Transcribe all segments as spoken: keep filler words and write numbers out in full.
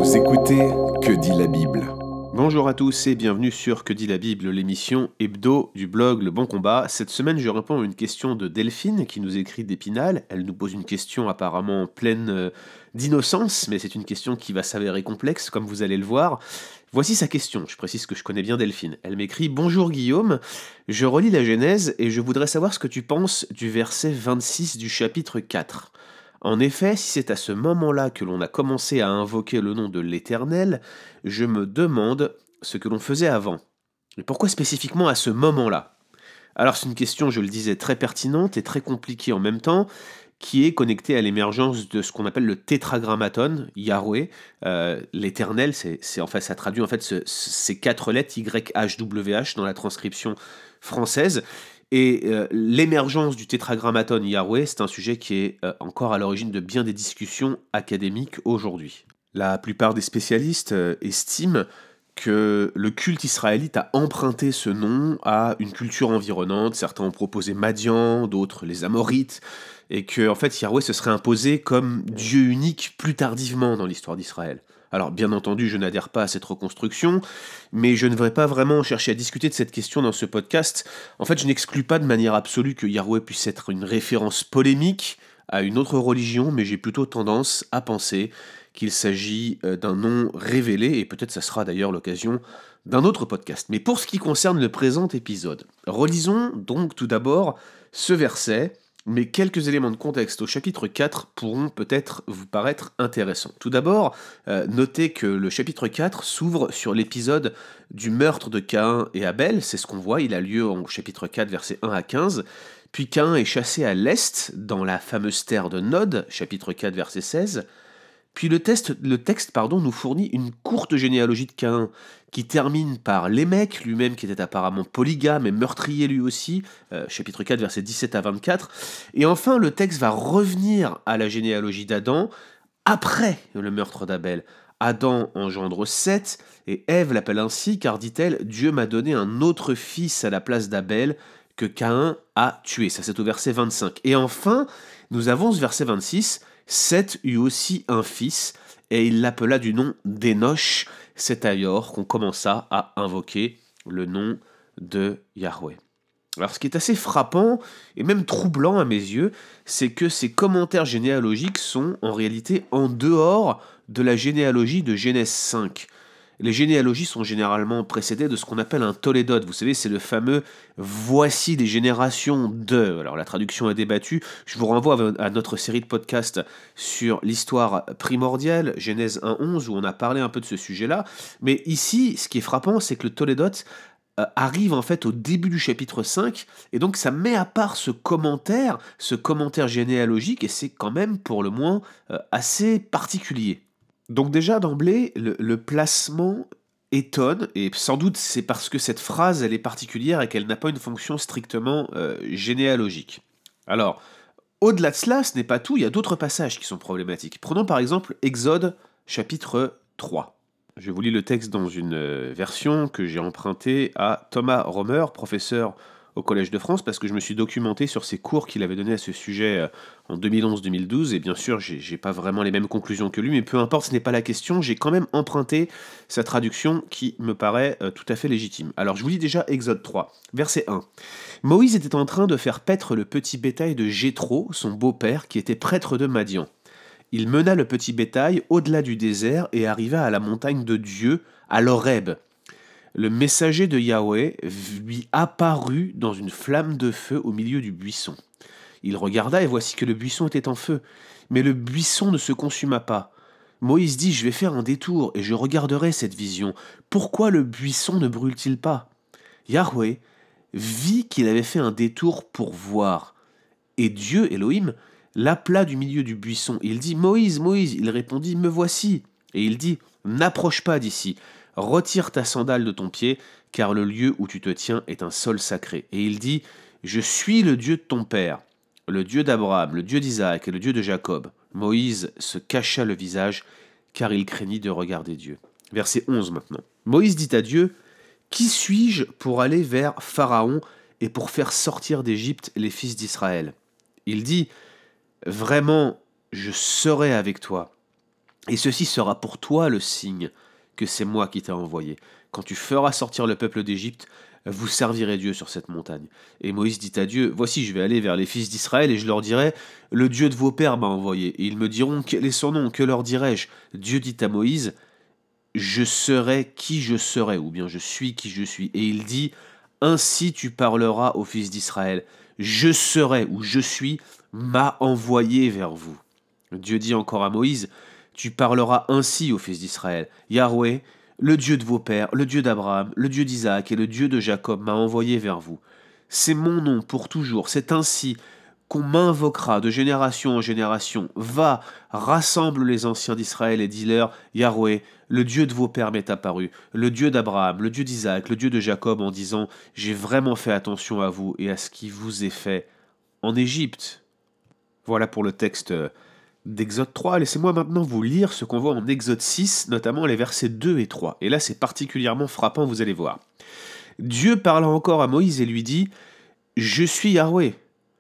Vous écoutez Que dit la Bible ? Bonjour à tous et bienvenue sur Que dit la Bible, l'émission hebdo du blog Le Bon Combat. Cette semaine, je réponds à une question de Delphine qui nous écrit d'Épinal. Elle nous pose une question apparemment pleine euh, d'innocence, mais c'est une question qui va s'avérer complexe, comme vous allez le voir. Voici sa question, je précise que je connais bien Delphine. Elle m'écrit « Bonjour Guillaume, je relis la Genèse et je voudrais savoir ce que tu penses du verset vingt-six du chapitre quatre. En effet, si c'est à ce moment-là que l'on a commencé à invoquer le nom de l'Éternel, je me demande ce que l'on faisait avant. Et pourquoi spécifiquement à ce moment-là ? Alors c'est une question, je le disais, très pertinente et très compliquée en même temps, qui est connectée à l'émergence de ce qu'on appelle le tétragrammaton, Yahweh. Euh, L'Éternel, c'est, c'est en fait, ça traduit en fait ce- ces quatre lettres Y H W H dans la transcription française. Et euh, l'émergence du tétragrammaton Yahweh, c'est un sujet qui est euh, encore à l'origine de bien des discussions académiques aujourd'hui. La plupart des spécialistes euh, estiment que le culte israélite a emprunté ce nom à une culture environnante. Certains ont proposé Madian, d'autres les Amorites, et que en fait Yahweh se serait imposé comme Dieu unique plus tardivement dans l'histoire d'Israël. Alors bien entendu, je n'adhère pas à cette reconstruction, mais je ne vais pas vraiment chercher à discuter de cette question dans ce podcast. En fait, je n'exclus pas de manière absolue que Yahweh puisse être une référence polémique à une autre religion, mais j'ai plutôt tendance à penser qu'il s'agit euh, d'un nom révélé, et peut-être ça sera d'ailleurs l'occasion d'un autre podcast. Mais pour ce qui concerne le présent épisode, relisons donc tout d'abord ce verset, mais quelques éléments de contexte au chapitre quatre pourront peut-être vous paraître intéressants. Tout d'abord, euh, notez que le chapitre quatre s'ouvre sur l'épisode du meurtre de Caïn et Abel, c'est ce qu'on voit, il a lieu au chapitre quatre, versets un à quinze, puis Caïn est chassé à l'est, dans la fameuse terre de Nod, chapitre quatre, verset seize, puis le, test, le texte pardon, nous fournit une courte généalogie de Caïn, qui termine par Lémec, lui-même qui était apparemment polygame et meurtrier lui aussi, euh, chapitre quatre, versets dix-sept à vingt-quatre. Et enfin, le texte va revenir à la généalogie d'Adam, après le meurtre d'Abel. Adam engendre Seth, et Ève l'appelle ainsi, car dit-elle, Dieu m'a donné un autre fils à la place d'Abel, que Caïn a tué. Ça c'est au verset vingt-cinq. Et enfin, nous avons ce verset vingt-six, Seth eut aussi un fils, et il l'appela du nom d'Énoch. C'est alors qu'on commença à invoquer le nom de Yahweh. Alors ce qui est assez frappant, et même troublant à mes yeux, c'est que ces commentaires généalogiques sont en réalité en dehors de la généalogie de Genèse cinq. Les généalogies sont généralement précédées de ce qu'on appelle un tolédote. Vous savez, c'est le fameux « voici les générations de ». Alors la traduction est débattue. Je vous renvoie à notre série de podcasts sur l'histoire primordiale, Genèse un onze, où on a parlé un peu de ce sujet-là. Mais ici, ce qui est frappant, c'est que le tolédote euh, arrive en fait au début du chapitre cinq, et donc ça met à part ce commentaire, ce commentaire généalogique, et c'est quand même pour le moins euh, assez particulier. Donc déjà d'emblée, le, le placement étonne, et sans doute c'est parce que cette phrase elle est particulière et qu'elle n'a pas une fonction strictement euh, généalogique. Alors, au-delà de cela, ce n'est pas tout, il y a d'autres passages qui sont problématiques. Prenons par exemple Exode chapitre trois. Je vous lis le texte dans une euh, version que j'ai empruntée à Thomas Romer, professeur au Collège de France, parce que je me suis documenté sur ses cours qu'il avait donnés à ce sujet euh, en deux mille onze deux mille douze, et bien sûr, j'ai, j'ai pas vraiment les mêmes conclusions que lui, mais peu importe, ce n'est pas la question, j'ai quand même emprunté sa traduction qui me paraît euh, tout à fait légitime. Alors, je vous lis déjà Exode trois, verset un. Moïse était en train de faire paître le petit bétail de Jéthro, son beau-père, qui était prêtre de Madian. Il mena le petit bétail au-delà du désert et arriva à la montagne de Dieu, à l'Horeb. Le messager de Yahweh lui apparut dans une flamme de feu au milieu du buisson. Il regarda et voici que le buisson était en feu, mais le buisson ne se consuma pas. Moïse dit, je vais faire un détour et je regarderai cette vision. Pourquoi le buisson ne brûle-t-il pas ? Yahweh vit qu'il avait fait un détour pour voir. Et Dieu, Elohim, l'appela du milieu du buisson. Il dit, Moïse, Moïse. Il répondit, me voici. Et il dit, n'approche pas d'ici. Retire ta sandale de ton pied, car le lieu où tu te tiens est un sol sacré. Et il dit, je suis le Dieu de ton père, le Dieu d'Abraham, le Dieu d'Isaac et le Dieu de Jacob. Moïse se cacha le visage, car il craignit de regarder Dieu. Verset onze maintenant. Moïse dit à Dieu, qui suis-je pour aller vers Pharaon et pour faire sortir d'Égypte les fils d'Israël ? Il dit, vraiment, je serai avec toi. Et ceci sera pour toi le signe que c'est moi qui t'ai envoyé. Quand tu feras sortir le peuple d'Égypte, vous servirez Dieu sur cette montagne. Et Moïse dit à Dieu, voici, je vais aller vers les fils d'Israël et je leur dirai, le Dieu de vos pères m'a envoyé. Et ils me diront, quel est son nom? Que leur dirai-je? Dieu dit à Moïse, je serai qui je serai, ou bien je suis qui je suis. Et il dit, ainsi tu parleras aux fils d'Israël. Je serai, ou je suis, m'a envoyé vers vous. Dieu dit encore à Moïse, tu parleras ainsi aux fils d'Israël. Yahweh, le Dieu de vos pères, le Dieu d'Abraham, le Dieu d'Isaac et le Dieu de Jacob m'a envoyé vers vous. C'est mon nom pour toujours. C'est ainsi qu'on m'invoquera de génération en génération. Va, rassemble les anciens d'Israël et dis-leur, Yahweh, le Dieu de vos pères m'est apparu, le Dieu d'Abraham, le Dieu d'Isaac, le Dieu de Jacob, en disant, j'ai vraiment fait attention à vous et à ce qui vous est fait en Égypte. Voilà pour le texte d'Exode trois. Laissez-moi maintenant vous lire ce qu'on voit en Exode six, notamment les versets deux et trois. Et là, c'est particulièrement frappant, vous allez voir. Dieu parla encore à Moïse et lui dit, « Je suis Yahweh.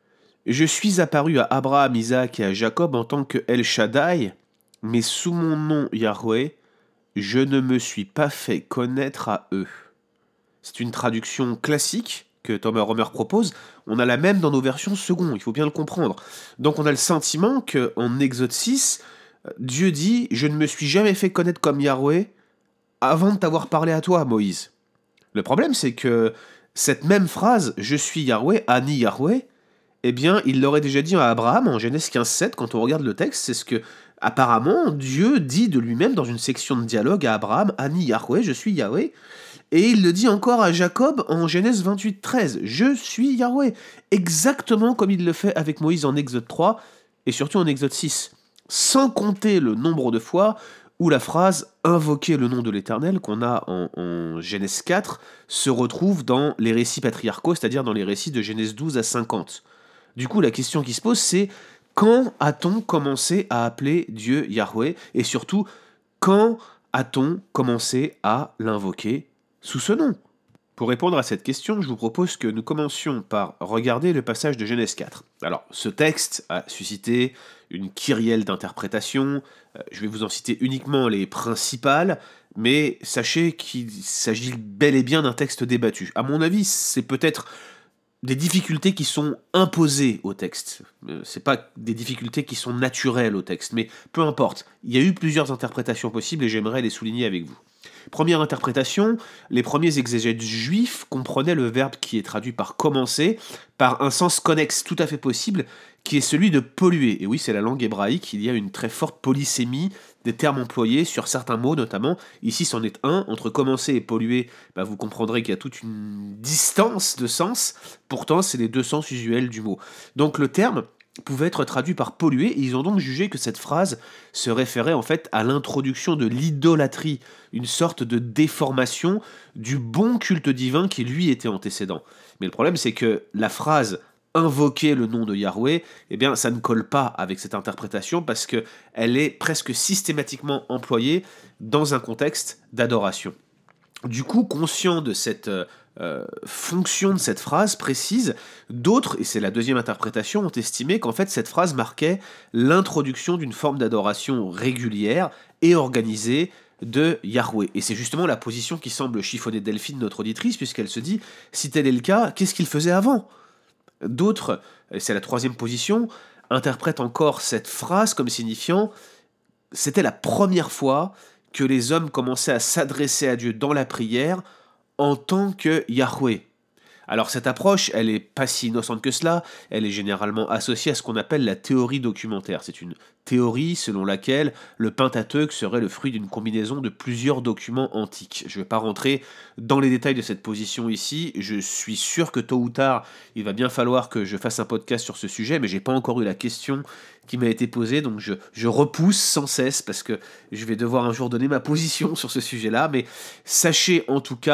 Je suis apparu à Abraham, Isaac et à Jacob en tant que El Shaddai, mais sous mon nom Yahweh, je ne me suis pas fait connaître à eux. » C'est une traduction classique que Thomas Romer propose. On a la même dans nos versions second, il faut bien le comprendre. Donc on a le sentiment qu'en Exode six, Dieu dit « Je ne me suis jamais fait connaître comme Yahweh avant de t'avoir parlé à toi, Moïse. » Le problème, c'est que cette même phrase « Je suis Yahweh »,« Ani Yahweh », eh bien, il l'aurait déjà dit à Abraham en Genèse quinze sept, quand on regarde le texte, c'est ce que, apparemment, Dieu dit de lui-même dans une section de dialogue à Abraham « Ani Yahweh, je suis Yahweh ». Et il le dit encore à Jacob en Genèse vingt-huit treize, « Je suis Yahweh », exactement comme il le fait avec Moïse en Exode trois, et surtout en Exode six, sans compter le nombre de fois où la phrase « invoquer le nom de l'Éternel » qu'on a en, en Genèse quatre se retrouve dans les récits patriarcaux, c'est-à-dire dans les récits de Genèse douze à cinquante. Du coup, la question qui se pose, c'est quand a-t-on commencé à appeler Dieu Yahweh, et surtout, quand a-t-on commencé à l'invoquer sous ce nom? Pour répondre à cette question, je vous propose que nous commencions par regarder le passage de Genèse quatre. Alors, ce texte a suscité une kyrielle d'interprétations, euh, je vais vous en citer uniquement les principales, mais sachez qu'il s'agit bel et bien d'un texte débattu. À mon avis, c'est peut-être des difficultés qui sont imposées au texte. Euh, c'est pas des difficultés qui sont naturelles au texte, mais peu importe. Il y a eu plusieurs interprétations possibles et j'aimerais les souligner avec vous. Première interprétation, les premiers exégètes juifs comprenaient le verbe qui est traduit par commencer par un sens connexe tout à fait possible, qui est celui de polluer. Et oui, c'est la langue hébraïque, il y a une très forte polysémie des termes employés sur certains mots notamment. Ici, c'en est un. Entre commencer et polluer, bah, vous comprendrez qu'il y a toute une distance de sens. Pourtant, c'est les deux sens usuels du mot. Donc le terme pouvait être traduit par polluer, et ils ont donc jugé que cette phrase se référait en fait à l'introduction de l'idolâtrie, une sorte de déformation du bon culte divin qui lui était antécédent. Mais le problème, c'est que la phrase invoquer le nom de Yahweh, eh bien, ça ne colle pas avec cette interprétation parce qu'elle est presque systématiquement employée dans un contexte d'adoration. Du coup, conscient de cette euh, fonction de cette phrase précise, d'autres, et c'est la deuxième interprétation, ont estimé qu'en fait cette phrase marquait l'introduction d'une forme d'adoration régulière et organisée de Yahweh. Et c'est justement la position qui semble chiffonner Delphine, notre auditrice, puisqu'elle se dit, si tel est le cas, qu'est-ce qu'il faisait avant ? D'autres, et c'est la troisième position, interprètent encore cette phrase comme signifiant « c'était la première fois que les hommes commençaient à s'adresser à Dieu dans la prière en tant que Yahweh ». Alors cette approche, elle est pas si innocente que cela, elle est généralement associée à ce qu'on appelle la théorie documentaire. C'est une théorie selon laquelle le Pentateuque serait le fruit d'une combinaison de plusieurs documents antiques. Je ne vais pas rentrer dans les détails de cette position ici, je suis sûr que tôt ou tard, il va bien falloir que je fasse un podcast sur ce sujet, mais j'ai pas encore eu la question qui m'a été posée, donc je, je repousse sans cesse, parce que je vais devoir un jour donner ma position sur ce sujet-là, mais sachez en tout cas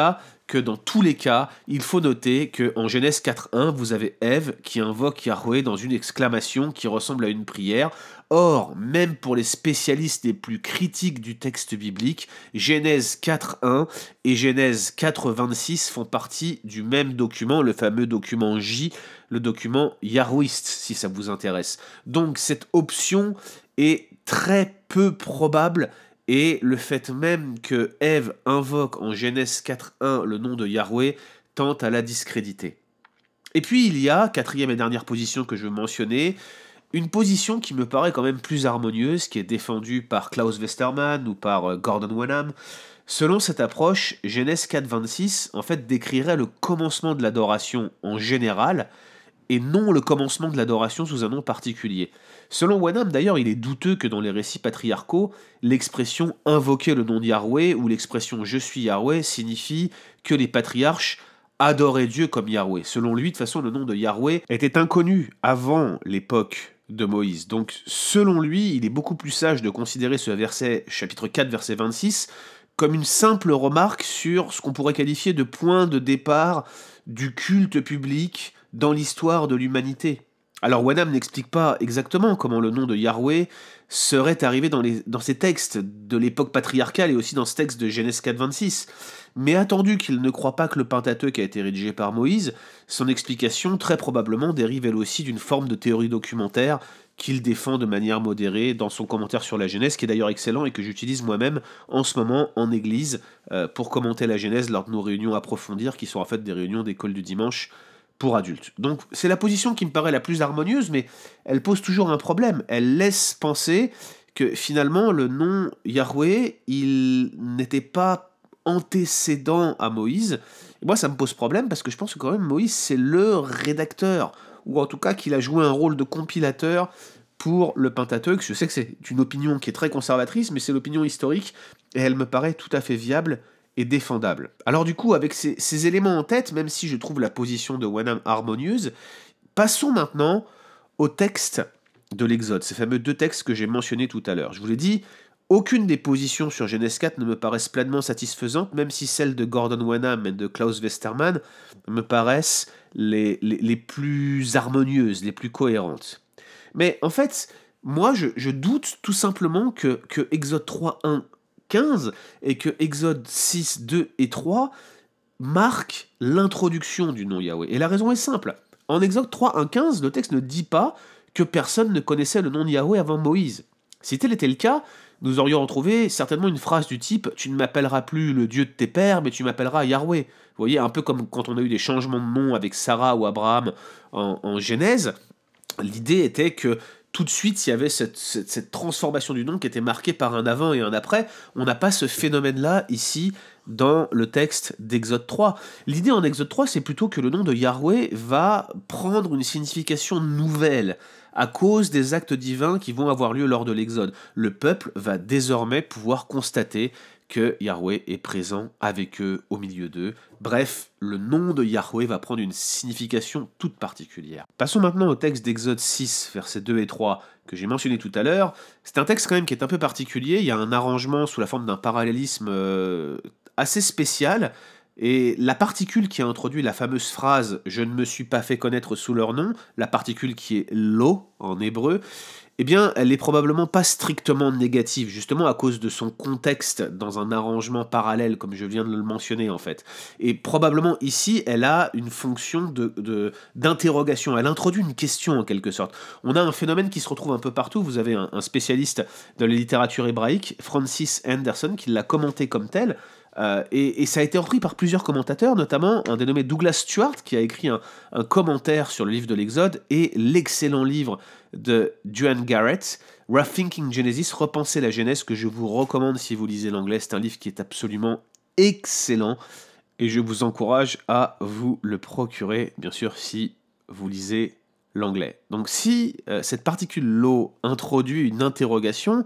que dans tous les cas, il faut noter qu'en Genèse quatre un, vous avez Ève qui invoque Yahweh dans une exclamation qui ressemble à une prière. Or, même pour les spécialistes les plus critiques du texte biblique, Genèse quatre un et Genèse quatre vingt-six font partie du même document, le fameux document J, le document yahwiste, si ça vous intéresse. Donc cette option est très peu probable, et le fait même que Ève invoque en Genèse quatre un le nom de Yahweh tente à la discréditer. Et puis il y a, quatrième et dernière position que je veux mentionner, une position qui me paraît quand même plus harmonieuse, qui est défendue par Klaus Westermann ou par euh, Gordon Wenham. Selon cette approche, Genèse quatre vingt-six en fait décrirait le commencement de l'adoration en général, et non le commencement de l'adoration sous un nom particulier. Selon Wenham, d'ailleurs, il est douteux que dans les récits patriarcaux, l'expression « invoquer le nom de Yahweh » ou l'expression « je suis Yahweh » signifie que les patriarches adoraient Dieu comme Yahweh. Selon lui, de toute façon, le nom de Yahweh était inconnu avant l'époque de Moïse. Donc, selon lui, il est beaucoup plus sage de considérer ce verset, chapitre quatre, verset vingt-six, comme une simple remarque sur ce qu'on pourrait qualifier de point de départ du culte public dans l'histoire de l'humanité. Alors Wenham n'explique pas exactement comment le nom de Yahweh serait arrivé dans, les, dans ces textes de l'époque patriarcale et aussi dans ce texte de Genèse quatre vingt-six, mais attendu qu'il ne croit pas que le Pentateuque a été rédigé par Moïse, son explication très probablement dérive elle aussi d'une forme de théorie documentaire qu'il défend de manière modérée dans son commentaire sur la Genèse, qui est d'ailleurs excellent et que j'utilise moi-même en ce moment en église euh, pour commenter la Genèse lors de nos réunions approfondir, qui sont en fait des réunions d'école du dimanche pour adultes. Donc c'est la position qui me paraît la plus harmonieuse, mais elle pose toujours un problème. Elle laisse penser que finalement le nom Yahweh, il n'était pas antécédent à Moïse. Et moi ça me pose problème parce que je pense que quand même Moïse c'est le rédacteur, ou en tout cas qu'il a joué un rôle de compilateur pour le Pentateuque. Je sais que c'est une opinion qui est très conservatrice, mais c'est l'opinion historique, et elle me paraît tout à fait viable et défendable. Alors du coup, avec ces, ces éléments en tête, même si je trouve la position de Wenham harmonieuse, passons maintenant au texte de l'Exode, ces fameux deux textes que j'ai mentionnés tout à l'heure. Je vous l'ai dit, aucune des positions sur Genèse quatre ne me paraissent pleinement satisfaisantes, même si celles de Gordon Wenham et de Klaus Westermann me paraissent les, les, les plus harmonieuses, les plus cohérentes. Mais en fait, moi, je, je doute tout simplement que, que Exode trois, un, quinze et que Exode six, deux et trois marquent l'introduction du nom Yahweh. Et la raison est simple. En Exode trois, un, quinze, le texte ne dit pas que personne ne connaissait le nom de Yahweh avant Moïse. Si tel était le cas, nous aurions retrouvé certainement une phrase du type « Tu ne m'appelleras plus le Dieu de tes pères, mais tu m'appelleras Yahweh ». Vous voyez, un peu comme quand on a eu des changements de nom avec Sarah ou Abraham en, en Genèse, l'idée était que tout de suite, il y avait cette, cette, cette transformation du nom qui était marquée par un avant et un après. On n'a pas ce phénomène-là ici dans le texte d'Exode trois. L'idée en Exode trois, c'est plutôt que le nom de Yahweh va prendre une signification nouvelle à cause des actes divins qui vont avoir lieu lors de l'Exode. Le peuple va désormais pouvoir constater que Yahweh est présent avec eux, au milieu d'eux. Bref, le nom de Yahweh va prendre une signification toute particulière. Passons maintenant au texte d'Exode six, versets deux et trois, que j'ai mentionné tout à l'heure. C'est un texte quand même qui est un peu particulier, il y a un arrangement sous la forme d'un parallélisme euh, assez spécial, et la particule qui a introduit la fameuse phrase « Je ne me suis pas fait connaître sous leur nom », la particule qui est « lo » en hébreu, eh bien, elle est probablement pas strictement négative, justement à cause de son contexte dans un arrangement parallèle, comme je viens de le mentionner en fait. Et probablement ici, elle a une fonction de, de, d'interrogation, elle introduit une question en quelque sorte. On a un phénomène qui se retrouve un peu partout, vous avez un, un spécialiste de la littérature hébraïque, Francis Anderson, qui l'a commenté comme tel, Euh, et, et ça a été repris par plusieurs commentateurs, notamment un dénommé Douglas Stuart, qui a écrit un, un commentaire sur le livre de l'Exode, et l'excellent livre de Duane Garrett, Rethinking Genesis, Repenser la Genèse, que je vous recommande si vous lisez l'anglais. C'est un livre qui est absolument excellent, et je vous encourage à vous le procurer, bien sûr, si vous lisez l'anglais. Donc si euh, cette particule lo introduit une interrogation,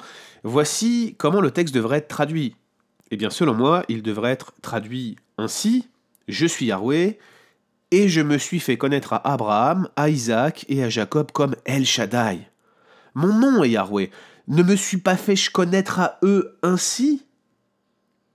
voici comment le texte devrait être traduit. Eh bien, selon moi, il devrait être traduit ainsi « Je suis Yahweh, et je me suis fait connaître à Abraham, à Isaac et à Jacob comme El Shaddai. Mon nom est Yahweh, ne me suis pas fait connaître à eux ainsi ?»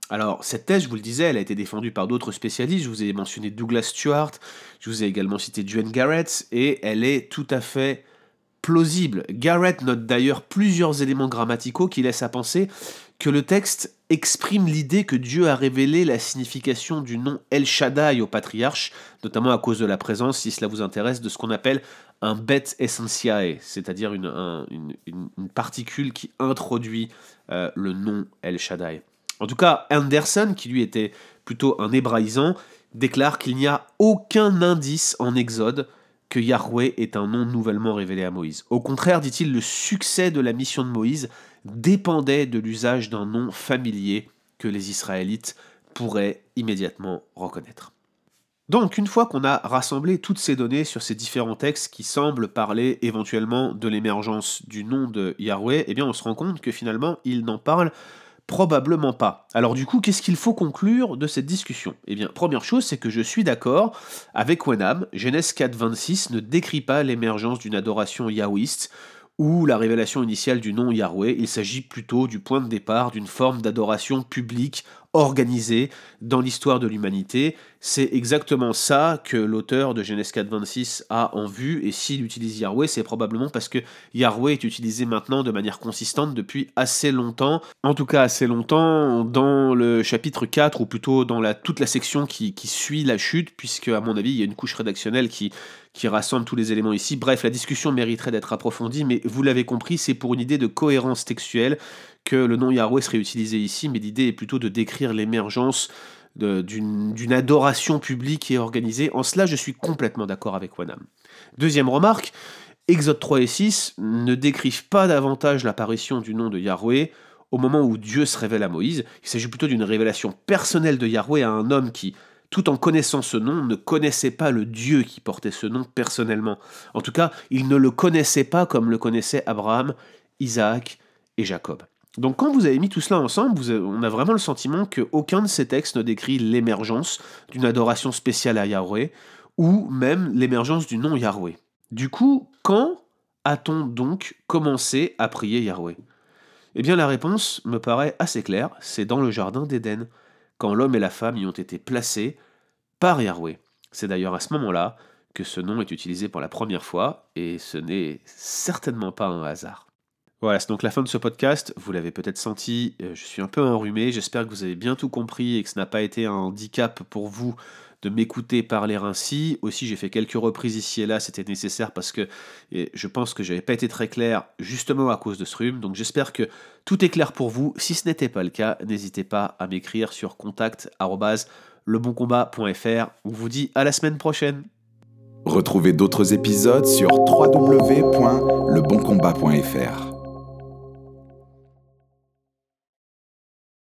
Alors, cette thèse, je vous le disais, elle a été défendue par d'autres spécialistes. Je vous ai mentionné Douglas Stewart, je vous ai également cité Duane Garrett, et elle est tout à fait plausible. Garrett note d'ailleurs plusieurs éléments grammaticaux qui laissent à penser que le texte exprime l'idée que Dieu a révélé la signification du nom El Shaddai au patriarche, notamment à cause de la présence, si cela vous intéresse, de ce qu'on appelle un bet essentiae, c'est-à-dire une, un- une- une- une particule qui introduit euh, le nom El Shaddai. En tout cas, Anderson, qui lui était plutôt un hébraïsant, déclare qu'il n'y a aucun indice en Exode que Yahweh est un nom nouvellement révélé à Moïse. Au contraire, dit-il, le succès de la mission de Moïse dépendait de l'usage d'un nom familier que les Israélites pourraient immédiatement reconnaître. Donc, une fois qu'on a rassemblé toutes ces données sur ces différents textes qui semblent parler éventuellement de l'émergence du nom de Yahweh, eh bien on se rend compte que finalement, il n'en parle probablement pas. Alors du coup, qu'est-ce qu'il faut conclure de cette discussion ? Eh bien, première chose, c'est que je suis d'accord avec Wenham. Genèse quatre vingt-six ne décrit pas l'émergence d'une adoration yahwiste ou la révélation initiale du nom Yahweh. Il s'agit plutôt du point de départ d'une forme d'adoration publique organisée dans l'histoire de l'humanité. C'est exactement ça que l'auteur de Genèse quatre vingt-six a en vue, et s'il utilise Yahweh, c'est probablement parce que Yahweh est utilisé maintenant de manière consistante depuis assez longtemps, en tout cas assez longtemps dans le chapitre quatre, ou plutôt dans la, toute la section qui, qui suit la chute, puisque à mon avis il y a une couche rédactionnelle qui, qui rassemble tous les éléments ici. Bref, la discussion mériterait d'être approfondie, mais vous l'avez compris, c'est pour une idée de cohérence textuelle que le nom Yahweh serait utilisé ici, mais l'idée est plutôt de décrire l'émergence de- d'une d'une adoration publique et organisée. En cela, je suis complètement d'accord avec Wenham. Deuxième remarque, Exode trois et six ne décrivent pas davantage l'apparition du nom de Yahweh au moment où Dieu se révèle à Moïse. Il s'agit plutôt d'une révélation personnelle de Yahweh à un homme qui, tout en connaissant ce nom, ne connaissait pas le Dieu qui portait ce nom personnellement. En tout cas, il ne le connaissait pas comme le connaissaient Abraham, Isaac et Jacob. Donc quand vous avez mis tout cela ensemble, vous avez- on a vraiment le sentiment qu'aucun de ces textes ne décrit l'émergence d'une adoration spéciale à Yahweh, ou même l'émergence du nom Yahweh. Du coup, quand a-t-on donc commencé à prier Yahweh ? Eh bien la réponse me paraît assez claire, c'est dans le jardin d'Éden, quand l'homme et la femme y ont été placés par Yahweh. C'est d'ailleurs à ce moment-là que ce nom est utilisé pour la première fois, et ce n'est certainement pas un hasard. Voilà, c'est donc la fin de ce podcast. Vous l'avez peut-être senti, euh, je suis un peu enrhumé. J'espère que vous avez bien tout compris et que ce n'a pas été un handicap pour vous de m'écouter parler ainsi. Aussi, j'ai fait quelques reprises ici et là, c'était nécessaire parce que et je pense que j'avais pas été très clair justement à cause de ce rhume. Donc j'espère que tout est clair pour vous. Si ce n'était pas le cas, n'hésitez pas à m'écrire sur contact arobase leboncombat point f r. On vous dit à la semaine prochaine. Retrouvez d'autres épisodes sur w w w point le bon combat point f r.